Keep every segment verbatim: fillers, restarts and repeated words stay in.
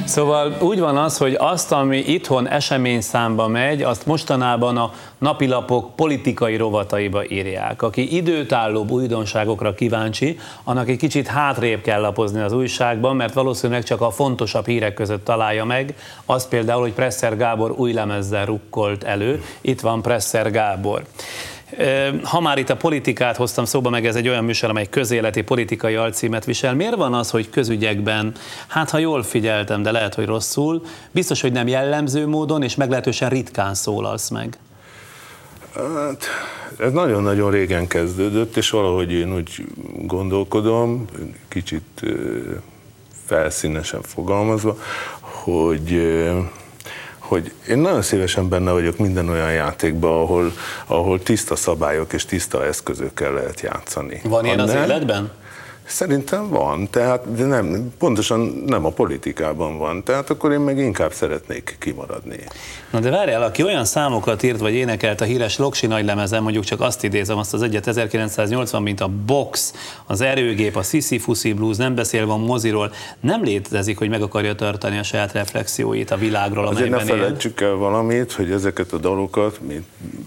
Szóval úgy van az, hogy azt, ami itthon eseményszámba megy, azt mostanában a napilapok politikai rovataiba írják. Aki időtállóbb újdonságokra kíváncsi, annak egy kicsit hátrébb kell lapozni az újságban, mert valószínűleg csak a fontosabb hírek között találja meg. Az például, hogy Presser Gábor új lemezzel rukkolt elő. Itt van Presser Gábor. Ha már itt a politikát hoztam szóba, meg ez egy olyan műsor, amely közéleti politikai alcímet visel, miért van az, hogy közügyekben, hát ha jól figyeltem, de lehet, hogy rosszul, biztos, hogy nem jellemző módon, és meglehetősen ritkán szólalsz meg? Hát, ez nagyon-nagyon régen kezdődött, és valahogy én úgy gondolkodom, kicsit felszínesen fogalmazva, hogy... hogy én nagyon szívesen benne vagyok minden olyan játékban, ahol, ahol tiszta szabályok és tiszta eszközökkel lehet játszani. Van ilyen az életben? Szerintem van, tehát de nem, pontosan nem a politikában van, tehát akkor én meg inkább szeretnék kimaradni. Na de várjál, aki olyan számokat írt, vagy énekelt a híres Loksi nagylemezen, mondjuk csak azt idézem, azt az egyet ezerkilencszáznyolcvan, mint a Box, az Erőgép, a Sisyphusi Blues, nem beszélve a moziról, nem létezik, hogy meg akarja tartani a saját reflexióit a világról, amelyben él. Azért ne felejtsük el valamit, hogy ezeket a dalokat, mint,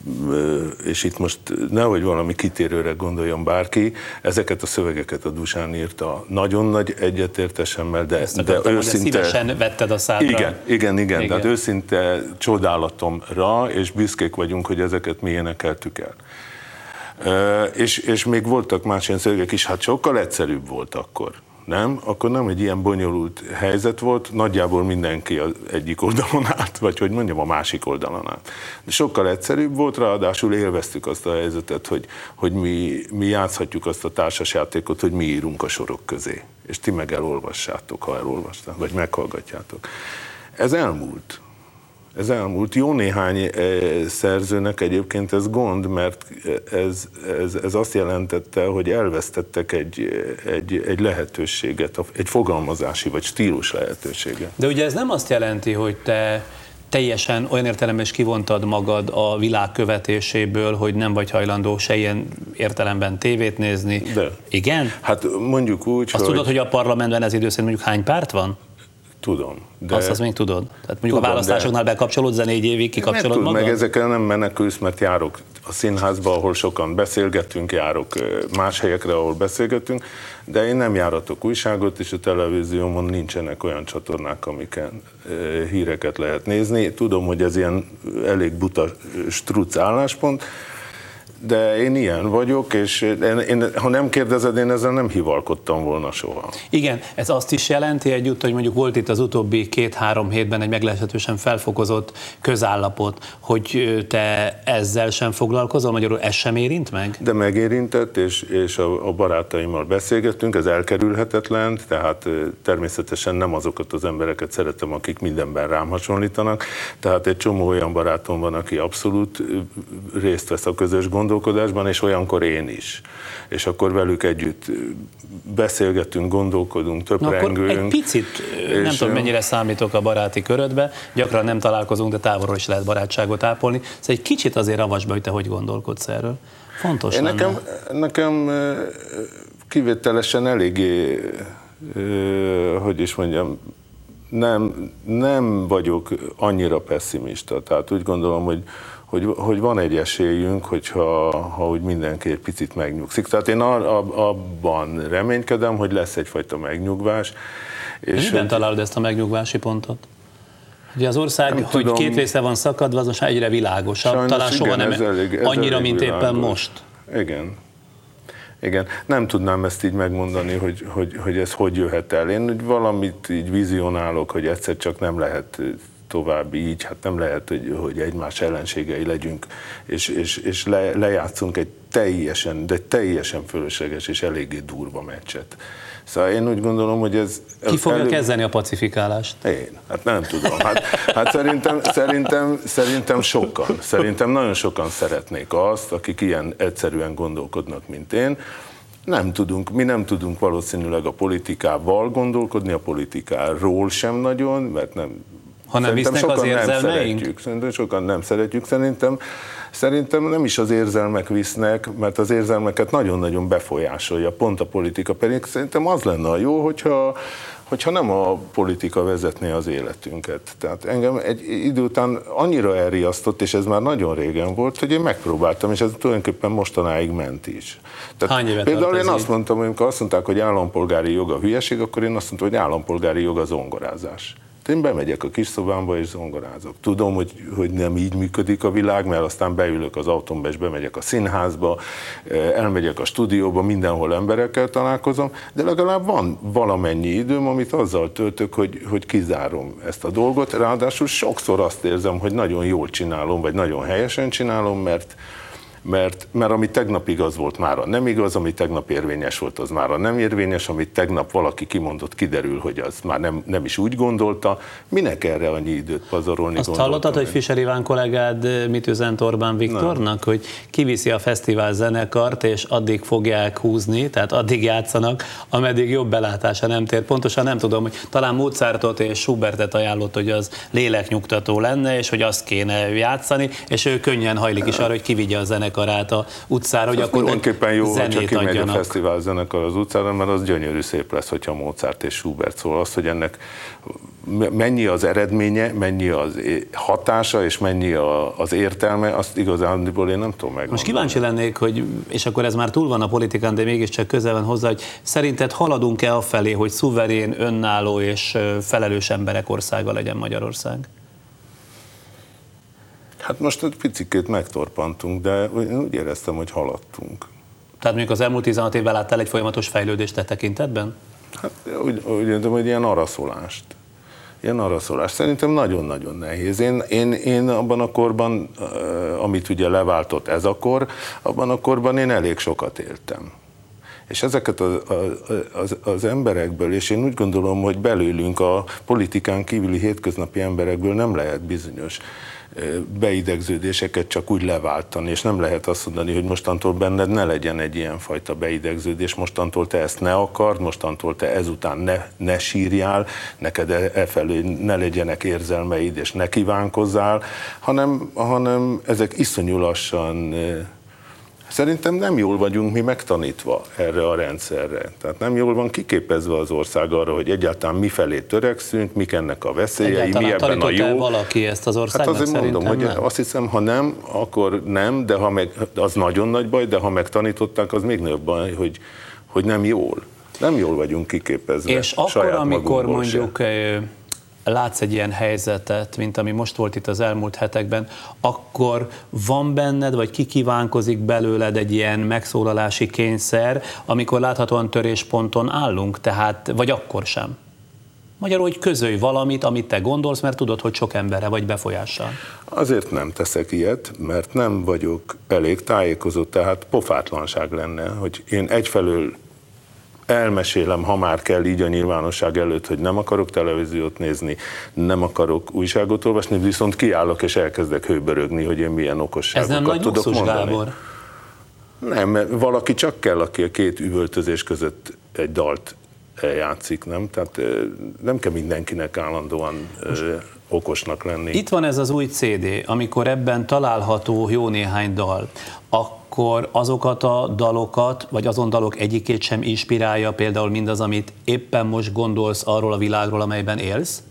és itt most nehogy valami kitérőre gondoljon bárki, ezeket a szövegeket a Dusán írta nagyon nagy egyetértésemmel, de, de őszinte... Szívesen vetted a szádra. Igen, igen, igen, igen. Tehát őszinte csodálatomra, és büszkék vagyunk, hogy ezeket mi énekeltük el. E, és, és még voltak más ilyen szövegek is, hát sokkal egyszerűbb volt akkor, nem? Akkor nem egy ilyen bonyolult helyzet volt, nagyjából mindenki az egyik oldalon állt, vagy hogy mondjam, a másik oldalon állt. De sokkal egyszerűbb volt, ráadásul élveztük azt a helyzetet, hogy, hogy mi, mi játszhatjuk azt a társasjátékot, hogy mi írunk a sorok közé. És ti meg elolvassátok, ha elolvastátok, vagy meghallgatjátok. Ez elmúlt. Ez elmúlt. Jó néhány szerzőnek egyébként ez gond, mert ez, ez, ez azt jelentette, hogy elvesztettek egy, egy, egy lehetőséget, egy fogalmazási vagy stílus lehetőséget. De ugye ez nem azt jelenti, hogy te teljesen olyan értelemben is kivontad magad a világ követéséből, hogy nem vagy hajlandó se ilyen értelemben tévét nézni. De. Igen? Hát mondjuk úgy, azt hogy... tudod, hogy a parlamentben ez idő szerint mondjuk hány párt van? Tudom. De azt, azt még tudod? Tehát mondjuk tudom, a választásoknál de... bekapcsolódsz, de négy évig kikapcsolod tud, magad? Meg ezekkel nem menekülsz, mert járok a színházba, ahol sokan beszélgetünk, járok más helyekre, ahol beszélgetünk, de én nem járatok újságot, és a televíziómon nincsenek olyan csatornák, amiken híreket lehet nézni. Tudom, hogy ez ilyen elég buta struc álláspont, de én ilyen vagyok, és én, én, ha nem kérdezed, én ezzel nem hivalkodtam volna soha. Igen, ez azt is jelenti együtt, hogy mondjuk volt itt az utóbbi két-három hétben egy meglehetősen felfokozott közállapot, hogy te ezzel sem foglalkozol, magyarul ez sem érint meg? De megérintett, és, és a, a barátaimmal beszélgettünk, ez elkerülhetetlen, tehát természetesen nem azokat az embereket szeretem, akik mindenben rám hasonlítanak, tehát egy csomó olyan barátom van, aki abszolút részt vesz a közös gondolkodásban, és olyankor én is. És akkor velük együtt beszélgetünk, gondolkodunk, töprengünk. Egy picit, nem tudom mennyire számítok a baráti körödbe, gyakran nem találkozunk, de távolról is lehet barátságot ápolni. Szóval egy kicsit azért ravasd be, hogy te hogy gondolkodsz erről. Fontos én lenne. Nekem, nekem kivételesen eléggé, hogy is mondjam, nem, nem vagyok annyira pessimista. Tehát úgy gondolom, hogy Hogy, hogy van egy esélyünk, hogyha ha úgy mindenki egy picit megnyugszik. Tehát én abban reménykedem, hogy lesz egyfajta megnyugvás. És miben találod ezt a megnyugvási pontot? Ugye az ország, nem hogy tudom, két része van szakadva, az most egyre világosabb, sajnos, talán soha igen, nem ez elég, ez annyira, mint világos. Éppen most. Igen. Igen, nem tudnám ezt így megmondani, hogy, hogy, hogy ez hogy jöhet el. Én valamit így vizionálok, hogy egyszer csak nem lehet tovább így, hát nem lehet, hogy, hogy egymás ellenségei legyünk, és, és, és le, lejátszunk egy teljesen, de teljesen fölösleges és eléggé durva meccset. Szóval én úgy gondolom, hogy ez... Ki fogja elő... kezdeni a pacifikálást? Én. Hát nem tudom. Hát, hát szerintem, szerintem, szerintem sokan, szerintem nagyon sokan szeretnék azt, akik ilyen egyszerűen gondolkodnak, mint én. Nem tudunk, mi nem tudunk valószínűleg a politikával gondolkodni, a politikáról sem nagyon, mert nem... Hanem visznek az érzelmeink? Szerintem sokan nem szeretjük. Szerintem, szerintem nem is az érzelmek visznek, mert az érzelmeket nagyon-nagyon befolyásolja pont a politika. Pedig szerintem az lenne a jó, hogyha, hogyha nem a politika vezetné az életünket. Tehát engem egy idő után annyira elriasztott, és ez már nagyon régen volt, hogy én megpróbáltam, és ez tulajdonképpen mostanáig ment is. Tehát hány éve például én így? azt mondtam, hogy amikor azt mondták, hogy állampolgári jog a hülyeség, akkor én azt mondtam, hogy állampolgári jog a zongorázás. Én bemegyek a kis szobámba és zongorázok. Tudom, hogy, hogy nem így működik a világ, mert aztán beülök az autómba és bemegyek a színházba, elmegyek a stúdióba, mindenhol emberekkel találkozom, de legalább van valamennyi időm, amit azzal töltök, hogy, hogy kizárom ezt a dolgot. Ráadásul sokszor azt érzem, hogy nagyon jól csinálom, vagy nagyon helyesen csinálom, mert Mert, mert ami tegnap igaz volt, mára nem igaz, ami tegnap érvényes volt, az mára nem érvényes, amit tegnap valaki kimondott, kiderül, hogy az már nem, nem is úgy gondolta. Minek erre annyi időt pazarolni? Azt hallottad, hogy Fischer Iván kollégád mit üzent Orbán Viktornak, nem. hogy kiviszi a fesztivál zenekart, és addig fogják húzni, tehát addig játszanak, ameddig jobb belátása nem tér. Pontosan nem tudom, hogy talán Mozartot és Schubertet ajánlott, hogy az léleknyugtató lenne, és hogy azt kéne játszani, és ő könnyen hajlik is arra, hogy kivigye a zenekarát a utcára, hogy akkor mindenképpen jó, zenét hogyha kimegy adjanak. a fesztivál zenekar az utcára, mert az gyönyörű szép lesz, hogyha Mozart és Schubert szól. Az, hogy ennek mennyi az eredménye, mennyi az hatása, és mennyi az értelme, azt igazándiból én nem tudom megmondani. Most kíváncsi lennék, hogy, és akkor ez már túl van a politikán, de mégiscsak közel van hozzá, hogy szerinted haladunk-e afelé, hogy szuverén, önálló és felelős emberek országa legyen Magyarország? Hát most egy picikét megtorpantunk, de én úgy éreztem, hogy haladtunk. Tehát mondjuk az elmúlt tizenhat évben láttál egy folyamatos fejlődést te tekintetben? Hát úgy, úgy értem, hogy ilyen araszolást. Ilyen araszolást. Szerintem nagyon-nagyon nehéz. Én, én, én abban a korban, amit ugye leváltott ez a kor, abban a korban én elég sokat éltem. És ezeket az, az, az emberekből, és én úgy gondolom, hogy belőlünk a politikán kívüli hétköznapi emberekből nem lehet bizonyos beidegződéseket csak úgy leváltani, és nem lehet azt mondani, hogy mostantól benned ne legyen egy ilyen fajta beidegződés, mostantól te ezt ne akard, mostantól te ezután ne, ne sírjál, neked e, e felől ne legyenek érzelmeid, és ne kívánkozzál, hanem, hanem ezek iszonyú lassan. Szerintem nem jól vagyunk mi megtanítva erre a rendszerre. Tehát nem jól van kiképezve az ország arra, hogy egyáltalán mifelé törekszünk, mik ennek a veszélyei, egyáltalán mi ebben a jó. Valaki ezt az országnak? Hát azért mondom, hogy nem. Azt hiszem, ha nem, akkor nem, de ha meg, az nagyon nagy baj, de ha megtanították, az még nagyobb baj, hogy, hogy nem jól. Nem jól vagyunk kiképezve. És akkor, amikor mondjuk se. látsz egy ilyen helyzetet, mint ami most volt itt az elmúlt hetekben, akkor van benned, vagy ki kívánkozik belőled egy ilyen megszólalási kényszer, amikor láthatóan törésponton állunk, tehát, vagy akkor sem? Magyarul, hogy közölj valamit, amit te gondolsz, mert tudod, hogy sok emberre vagy befolyással. Azért nem teszek ilyet, mert nem vagyok elég tájékozott, tehát pofátlanság lenne, hogy én egyfelől elmesélem, ha már kell így a nyilvánosság előtt, hogy nem akarok televíziót nézni, nem akarok újságot olvasni, viszont kiállok és elkezdek hőbörögni, hogy én milyen okosságokat tudok mondani. Ez nem nagy luxus, Gábor? Nem, mert valaki csak kell, aki a két üvöltözés között egy dalt játszik, nem? Tehát nem kell mindenkinek állandóan Most okosnak lenni. Itt van ez az új cé dé, amikor ebben található jó néhány dal, akkor azokat a dalokat, vagy azon dalok egyikét sem inspirálja például mindaz, amit éppen most gondolsz arról a világról, amelyben élsz?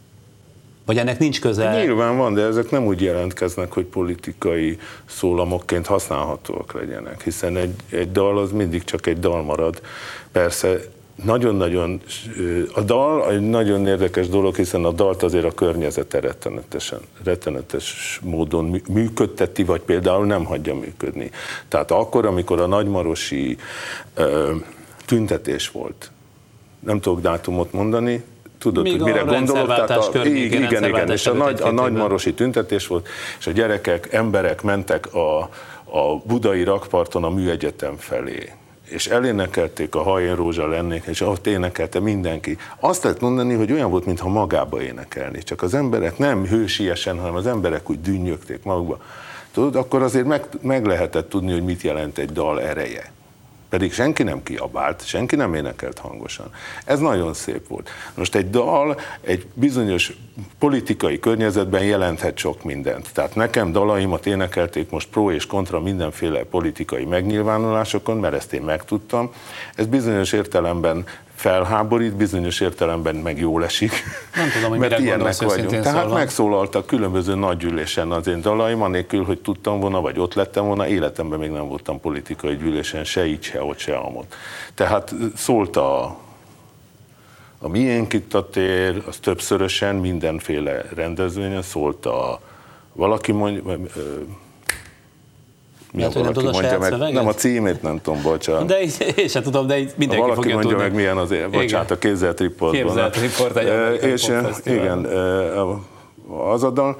Vagy ennek nincs köze? Nyilván van, de ezek nem úgy jelentkeznek, hogy politikai szólamokként használhatóak legyenek, hiszen egy, egy dal az mindig csak egy dal marad. Persze nagyon-nagyon, a dal egy nagyon érdekes dolog, hiszen a dalt azért a környezete rettenetesen, rettenetes módon működteti, vagy például nem hagyja működni. Tehát akkor, amikor a nagymarosi ö, tüntetés volt, nem tudok dátumot mondani, tudod, még hogy mire gondolok? Tehát a, igen, igen, igen, és a, nagy, a nagymarosi tüntetés volt, és a gyerekek, emberek mentek a, a budai rakparton a Műegyetem felé, és elénekelték a Ha én rózsa lennék, és ott énekelte mindenki. Azt lehet mondani, hogy olyan volt, mintha magába énekelni, csak az emberek nem hősiesen, hanem az emberek úgy dünnyögték magukba. Tudod, akkor azért meg, meg lehetett tudni, hogy mit jelent egy dal ereje. Pedig senki nem kiabált, senki nem énekelt hangosan. Ez nagyon szép volt. Most egy dal egy bizonyos politikai környezetben jelenthet sok mindent. Tehát nekem dalaimat énekelték most pro és kontra mindenféle politikai megnyilvánulásokon, mert ezt én megtudtam. Ez bizonyos értelemben felháborít, bizonyos értelemben meg jól esik. Nem tudom, hogy mert mire gondolsz őszintén Tehát szólva. megszólaltak különböző nagygyűlésen az én dalaim, anélkül, hogy tudtam volna, vagy ott lettem volna, életemben még nem voltam politikai gyűlésen, se így, se ott, se amott. Tehát szólt a, a Miénk itt a tér, az többszörösen, mindenféle rendezvényen, szólt a valaki mondja, mi Lehet, a hogy nem valaki tudod a mondja saját meg, szöveget? nem a címét nem tudom, bocsánat. De így, én sem tudom, de így mindenki valaki fogja mondja tudni. meg, milyen az ér. Bocsánat, a Képzelt Riportban. Képzelt Riport, egy E, amerikai és popfesztivál. igen, e, az a dal,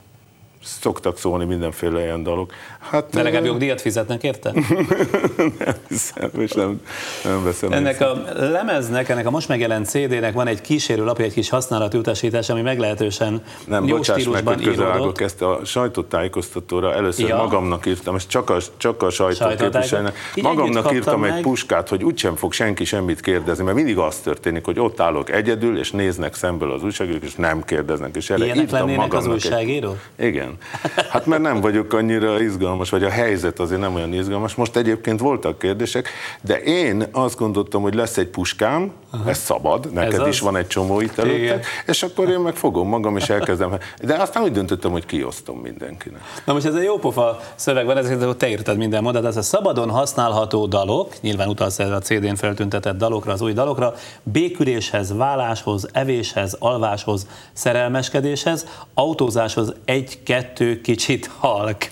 szoktak szólni mindenféle ilyen dalok. Hát, De legalább jogdíjat fizetnek érte? nem hiszem, és nem, nem veszem. Ennek a lemeznek, ennek a most megjelent cé dé-nek van egy kísérő lapja, egy kis használati utasítás, ami meglehetősen nem, jó bocsáss meg, stílusban hogy közelágok íródott. ezt a sajtótájékoztatóra, először Ja. magamnak írtam, és csak a, csak a sajtóképviselőnek, Így magamnak együtt írtam kaptam egy meg. puskát, hogy úgysem fog senki semmit kérdezni, mert mindig az történik, hogy ott állok egyedül, és néznek szemből az újságírók, és nem kérdeznek. És erre Ilyenek írtam lennének az magamnak egy- újságírók? Igen. Hát mert nem vagyok annyira izgalmas, vagy a helyzet azért nem olyan izgalmas. Most egyébként voltak kérdések, de én azt gondoltam, hogy lesz egy puskám, aha, ez szabad, neked Ez is az? van egy csomó itt előtte, Igen. és akkor én meg fogom magam, és elkezdem. De aztán úgy döntöttem, hogy kiosztom mindenkinek. Na most ez egy jó pofa szöveg van, ezért te írtad minden mondat, ez a szabadon használható dalok, nyilván utalsz a cé dén feltüntetett dalokra, az új dalokra, béküléshez, váláshoz, evéshez, alváshoz, szerelmeskedéshez, autózáshoz egy-kettő kicsit halk.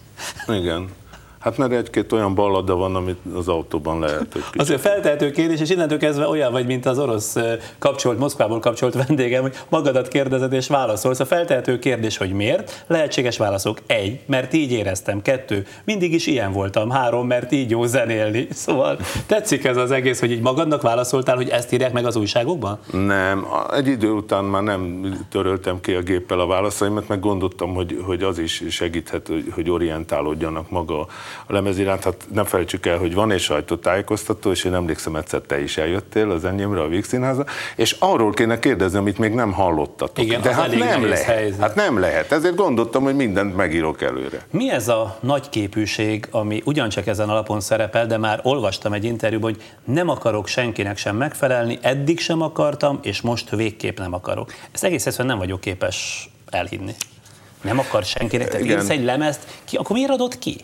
Igen. Hát mert egy-két olyan ballada van, amit az autóban lehet, hogy kicsit. Azért feltehető kérdés, és innentől kezdve olyan vagy, mint az orosz kapcsolt, Moszkvából kapcsolt vendégem, hogy magadat kérdezed és válaszolsz. A feltehető kérdés, hogy miért? Lehetséges válaszok. Egy, mert így éreztem. Kettő, mindig is ilyen voltam. Három, mert így jó zenélni. Szóval tetszik ez az egész, hogy így magadnak válaszoltál, hogy ezt írják meg az újságokban? Nem, egy idő után már nem töröltem ki a géppel a válaszaimat, meg gondoltam, hogy, hogy az is segíthet, hogy, hogy orientálódjanak maga a lemez iránt. Hát nem felejtsük el, hogy van egy sajtótájékoztató, és én emlékszem, egyszer te is eljöttél az enyémre, a Víg Színházba, és arról kéne kérdezni, amit még nem hallottatok. Igen, de az hát elég nem nehéz lehet. helyzet. Hát nem lehet. Ezért gondoltam, hogy mindent megírok előre. Mi ez a nagy képűség, ami ugyancsak ezen alapon szerepel, de már olvastam egy interjúban, hogy nem akarok senkinek sem megfelelni, eddig sem akartam, és most végképp nem akarok. Ezt egész egyszerűen nem vagyok képes elhinni. Nem akar senkinek, te írsz egy lemezt, ki, akkor miért adod ki?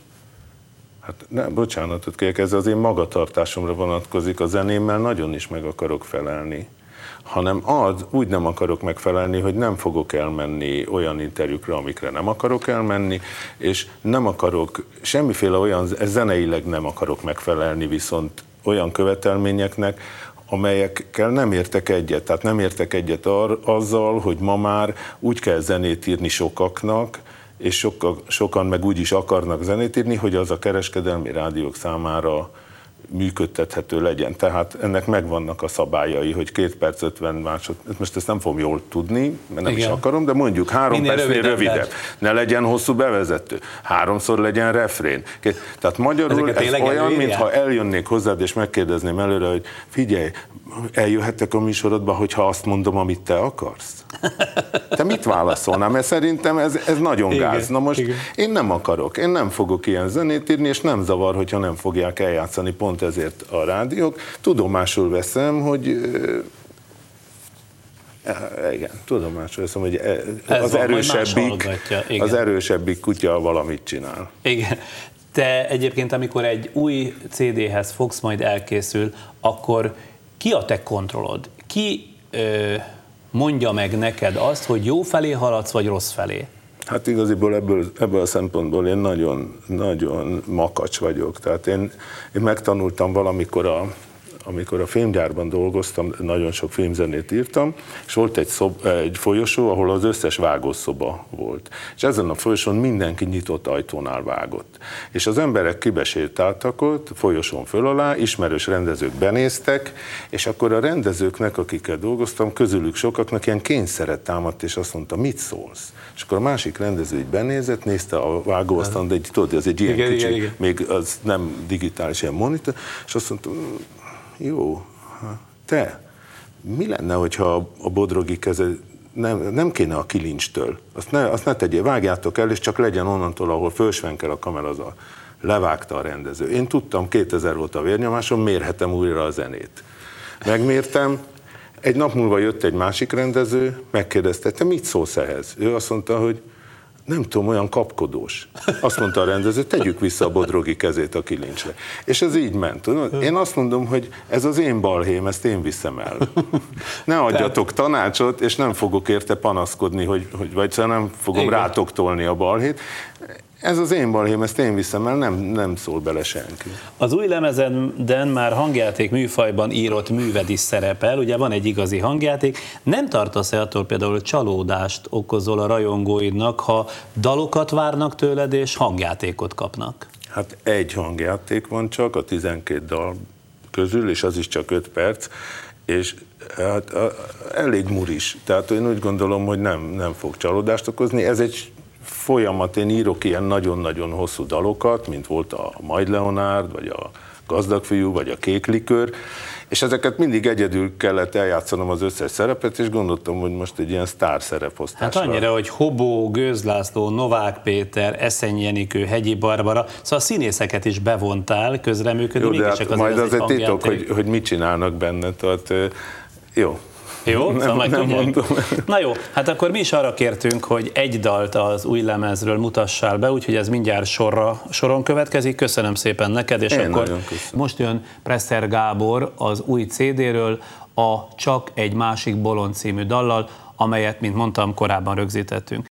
Hát nem, bocsánatot kérek, ez az én magatartásomra vonatkozik, a zenémmel nagyon is meg akarok felelni. Hanem az, úgy nem akarok megfelelni, hogy nem fogok elmenni olyan interjúkra, amikre nem akarok elmenni, és nem akarok, semmiféle olyan, zeneileg nem akarok megfelelni, viszont olyan követelményeknek, amelyekkel nem értek egyet. Tehát nem értek egyet ar- azzal, hogy ma már úgy kell zenét írni sokaknak, és soka, sokan meg úgy is akarnak zenét írni, hogy az a kereskedelmi rádiók számára működtethető legyen. Tehát ennek megvannak a szabályai, hogy két perc ötven másodperc, most ezt nem fogom jól tudni, mert nem igen, is akarom, de mondjuk három minél percnél rövidebb, rövidebb. Ne legyen hosszú bevezető, háromszor legyen refrén. Tehát magyarul Ezeket ez tényleg olyan, előírják? mintha eljönnék hozzád, és megkérdezném előre, hogy figyelj, eljöhetek a műsorodba, hogyha azt mondom, amit te akarsz? Te mit válaszolnál? Mert szerintem ez, ez nagyon igen, gáz. Na most igen. én nem akarok, én nem fogok ilyen zenét írni, és nem zavar, hogyha nem fogják eljátszani pont ezért a rádiók. Tudomásul veszem, hogy igen, tudomásul veszem, hogy az van, erősebbik, igen. az erősebbik kutya valamit csinál. Igen. Te egyébként, amikor egy új cé déhez fogsz, majd elkészül, akkor ki a te kontrollod? Ki ö, mondja meg neked azt, hogy jó felé haladsz, vagy rossz felé? Hát igaziból ebből, ebből a szempontból én nagyon, nagyon makacs vagyok. Tehát én, én megtanultam valamikor a, amikor a filmgyárban dolgoztam, nagyon sok filmzenét írtam, és volt egy, szob, egy folyosó, ahol az összes vágószoba volt. És ezen a folyosón mindenki nyitott ajtónál vágott. És az emberek kibesétáltak ott, folyosón föl alá, ismerős rendezők benéztek, és akkor a rendezőknek, akikkel dolgoztam, közülük sokaknak ilyen kényszeret támadt, és azt mondta, mit szólsz? És akkor a másik rendező így benézett, nézte a vágóasztalon, de egy, tudod, ez egy ilyen igen, kicsi, igen, igen. még az nem digitális, ilyen monitor, és azt mondta, jó, te, mi lenne, hogyha a Bodrogi keze nem, nem kéne a kilincstől, azt ne, azt ne tegyél, vágjátok el, és csak legyen onnantól, ahol fölsvenkel a kamera, az a, levágta a rendező. Én tudtam, kétezer volt a vérnyomásom, mérhetem újra a zenét. Megmértem, egy nap múlva jött egy másik rendező, megkérdezte, te mit szólsz ehhez? Ő azt mondta, hogy nem tudom, olyan kapkodós. Azt mondta a rendező, tegyük vissza a Bodrogi kezét a kilincsre. És ez így ment. Én azt mondom, hogy ez az én balhém, ezt én viszem el. Ne adjatok tanácsot, és nem fogok érte panaszkodni, hogy, hogy vagy szóval nem fogom Igen. rátok tolni a balhét. Ez az én balhém, ezt én viszem el, nem, nem szól bele senki. Az új lemezeden már hangjáték műfajban írott műved is szerepel, ugye van egy igazi hangjáték. Nem tartasz-e attól például csalódást okozol a rajongóidnak, ha dalokat várnak tőled és hangjátékot kapnak? Hát egy hangjáték van csak a tizenkét dal közül, és az is csak öt perc, és hát elég muris. Tehát én úgy gondolom, hogy nem, nem fog csalódást okozni. Ez egy folyamat, én írok ilyen nagyon-nagyon hosszú dalokat, mint volt a Majd Leonárd, vagy a Gazdag fiú, vagy a Kék likőr, és ezeket mindig egyedül kellett eljátszanom az összes szerepet, és gondoltam, hogy most egy ilyen sztár szereposztás. Hát annyira, hogy Hobó, Gőz László, Novák Péter, Eszeny Jenikő, Hegyi Barbara, szóval a színészeket is bevontál közreműködni. Jó, de hát az majd az egy titok, hogy, hogy mit csinálnak benne, tehát jó. Jó, nem, szóval nem mondom. Na jó, hát akkor mi is arra kértünk, hogy egy dalt az új lemezről mutassál be, úgyhogy ez mindjárt sorra, soron következik. Köszönöm szépen neked, és Én akkor most jön Presser Gábor az új cé dé-ről a Csak egy másik bolond című dallal, amelyet, mint mondtam, korábban rögzítettünk.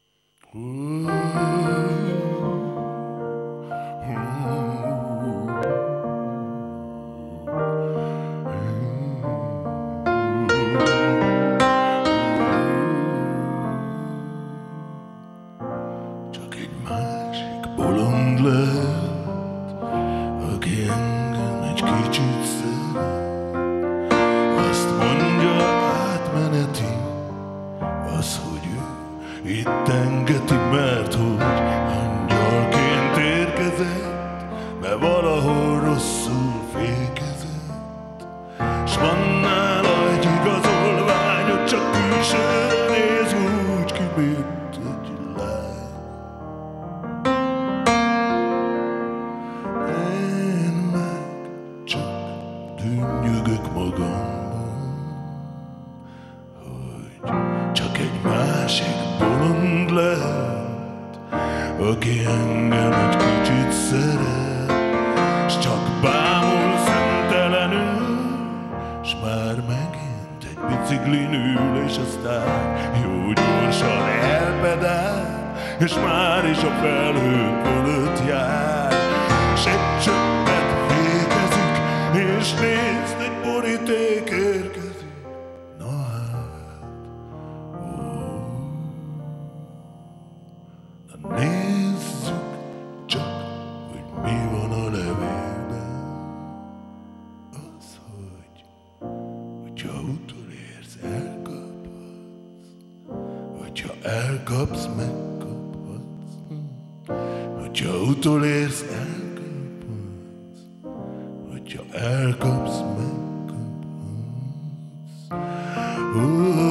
És már is a felhők fölött jár, s egy csöppet fékezik, és nézd, egy boríték érkezik. Na hát, ó, na nézzük csak, hogy mi van a levélben. Az, hogy, hogyha utolérsz, elkaphatsz, hogyha elkapsz, meg hogyha utolérsz, elkaphatsz, hogyha elkapsz, megkaphatsz.